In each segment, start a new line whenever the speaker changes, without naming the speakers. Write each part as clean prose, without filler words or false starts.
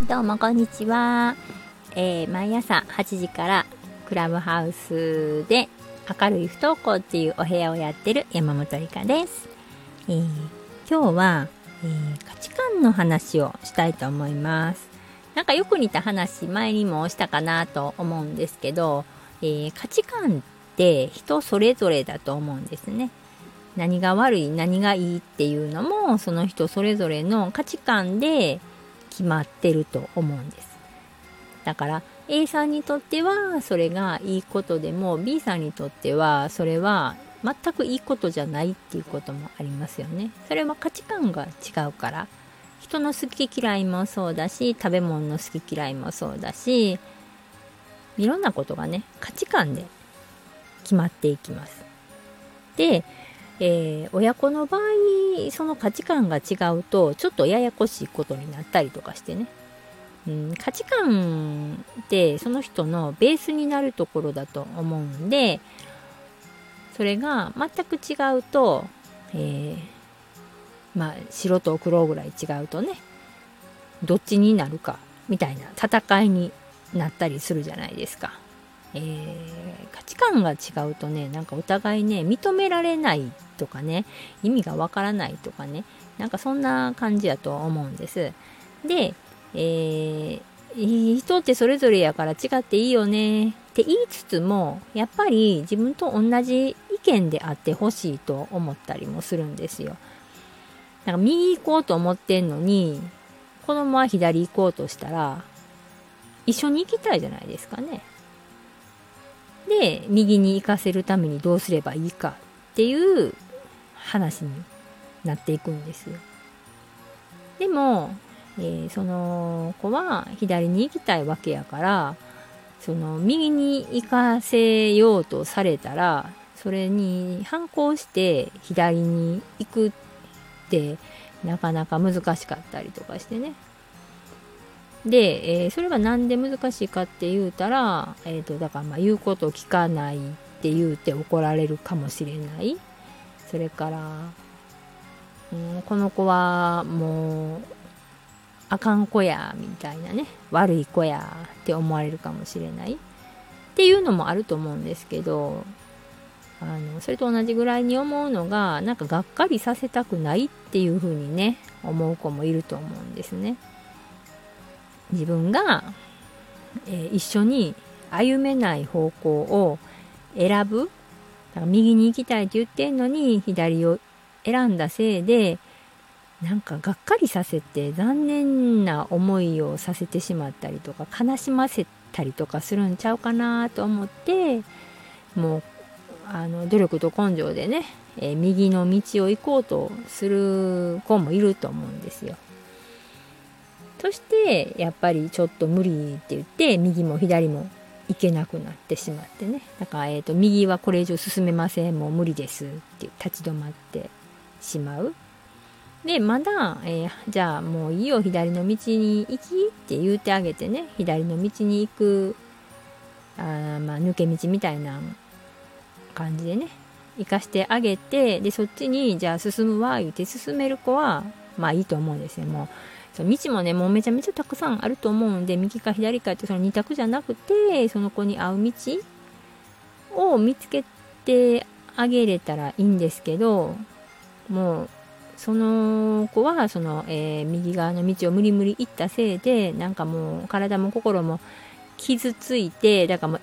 どうもこんにちは。毎朝8時からクラブハウスで明るい不登校っていうお部屋をやってる山本理香です。今日は、価値観の話をしたいと思います。なんかよく似た話前にもしたかなと思うんですけど、価値観って人それぞれだと思うんですね。何が悪い何がいいっていうのもその人それぞれの価値観で決まってると思うんです。だから A さんにとってはそれがいいことでも B さんにとってはそれは全くいいことじゃないっていうこともありますよね。それは価値観が違うから、人の好き嫌いもそうだし、食べ物の好き嫌いもそうだし、いろんなことがね価値観で決まっていきます。で、親子の場合その価値観が違うとちょっとややこしいことになったりとかしてね、価値観ってその人のベースになるところだと思うんで、それが全く違うと、白と黒ぐらい違うとね、どっちになるかみたいな戦いになったりするじゃないですか。価値観が違うとね、なんかお互いね認められないとかね、意味がわからないとかね、なんかそんな感じやと思うんです。で、人ってそれぞれやから違っていいよねって言いつつも、やっぱり自分と同じ意見であってほしいと思ったりもするんですよ。なんか右行こうと思ってんのに子供は左行こうとしたら一緒に行きたいじゃないですかね。で、右に行かせるためにどうすればいいかっていう話になっていくんですよ。でも、その子は左に行きたいわけやから、その右に行かせようとされたら、それに反抗して左に行くってなかなか難しかったりとかしてね。で、それがなんで難しいかって言うたら、だから言うことを聞かないって言うて怒られるかもしれない。それから、この子はもうあかん子やみたいなね、悪い子やって思われるかもしれないっていうのもあると思うんですけど、それと同じぐらいに思うのが、なんかがっかりさせたくないっていう風にね思う子もいると思うんですね。自分が、一緒に歩めない方向を選ぶ、だから右に行きたいって言ってんのに左を選んだせいで、なんかがっかりさせて残念な思いをさせてしまったりとか悲しませたりとかするんちゃうかなと思って、もう努力と根性でね、右の道を行こうとする子もいると思うんですよ。そしてやっぱりちょっと無理って言って右も左も行けなくなってしまってね、だから、右はこれ以上進めません、もう無理ですって立ち止まってしまう。でまだ、じゃあもういいよ左の道に行きって言うてあげてね、左の道に行く抜け道みたいな感じでね行かしてあげて、でそっちにじゃあ進むわ言って進める子はいいと思うんですよ。もうその道もねもうめちゃめちゃたくさんあると思うんで、右か左かってその2択じゃなくて、その子に合う道を見つけてあげれたらいいんですけど、もうその子はその、右側の道を無理無理行ったせいで、なんかもう体も心も傷ついて、だからもう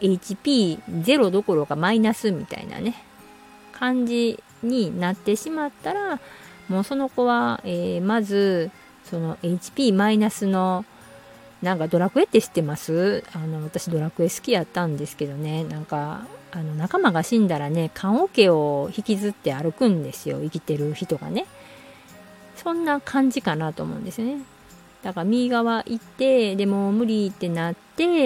HP0 どころかマイナスみたいなね感じになってしまったら、もうその子は、まずその HP マイナスのなんかドラクエって知ってます？私ドラクエ好きやったんですけどね、なんか仲間が死んだらね棺桶を引きずって歩くんですよ、生きてる人がね。そんな感じかなと思うんですよね。だから右側行ってでも無理ってなって、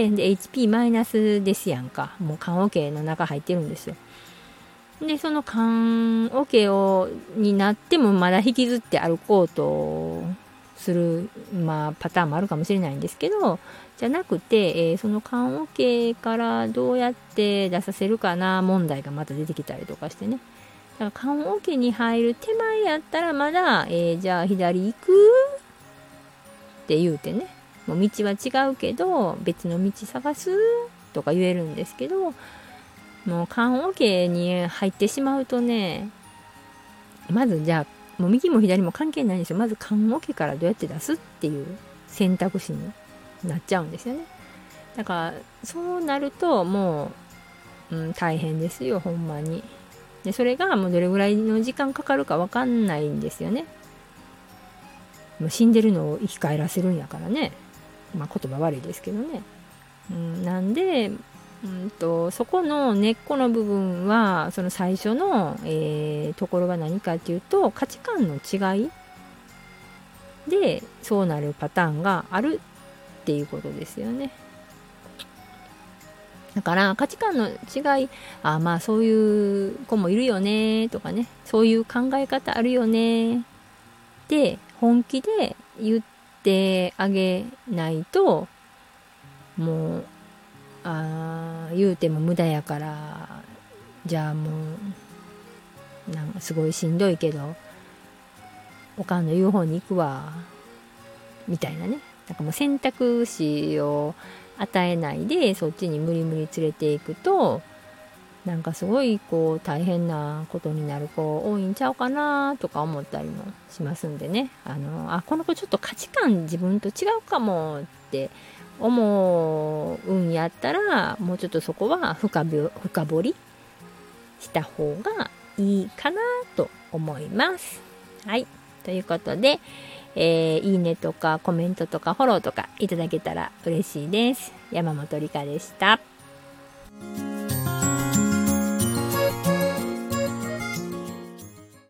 で HP マイナスですやんか、もう棺桶の中入ってるんですよ。でその棺桶になってもまだ引きずって歩こうとする、パターンもあるかもしれないんですけど、じゃなくて、その棺桶からどうやって出させるかな問題がまた出てきたりとかしてね。だから棺桶に入る手前やったらまだ、じゃあ左行くって言うてね、 もう道は違うけど別の道探すとか言えるんですけど、もう棺桶に入ってしまうとね、まずじゃあもう右も左も関係ないんですよ。まず棺桶からどうやって出すっていう選択肢になっちゃうんですよね。だからそうなるともう、大変ですよほんまに。でそれがもうどれぐらいの時間かかるか分かんないんですよね。もう死んでるのを生き返らせるんやからね。まあ言葉悪いですけどね。なんで、そこの根っこの部分はその最初の、ところは何かっていうと、価値観の違いでそうなるパターンがあるっていうことですよね。だから価値観の違い、まあそういう子もいるよねとかね、そういう考え方あるよねって本気で言ってあげないと、もう言うても無駄やから、じゃあもうなんかすごいしんどいけどおかんの言う方に行くわみたいなね、なんかもう選択肢を与えないでそっちに無理無理連れていくと、なんかすごいこう大変なことになる子多いんちゃうかなとか思ったりもしますんでね、この子ちょっと価値観自分と違うかもって思うんやったら、もうちょっとそこは深掘りした方がいいかなと思います。はい、ということで、いいねとかコメントとかフォローとかいただけたら嬉しいです。山本理香でした。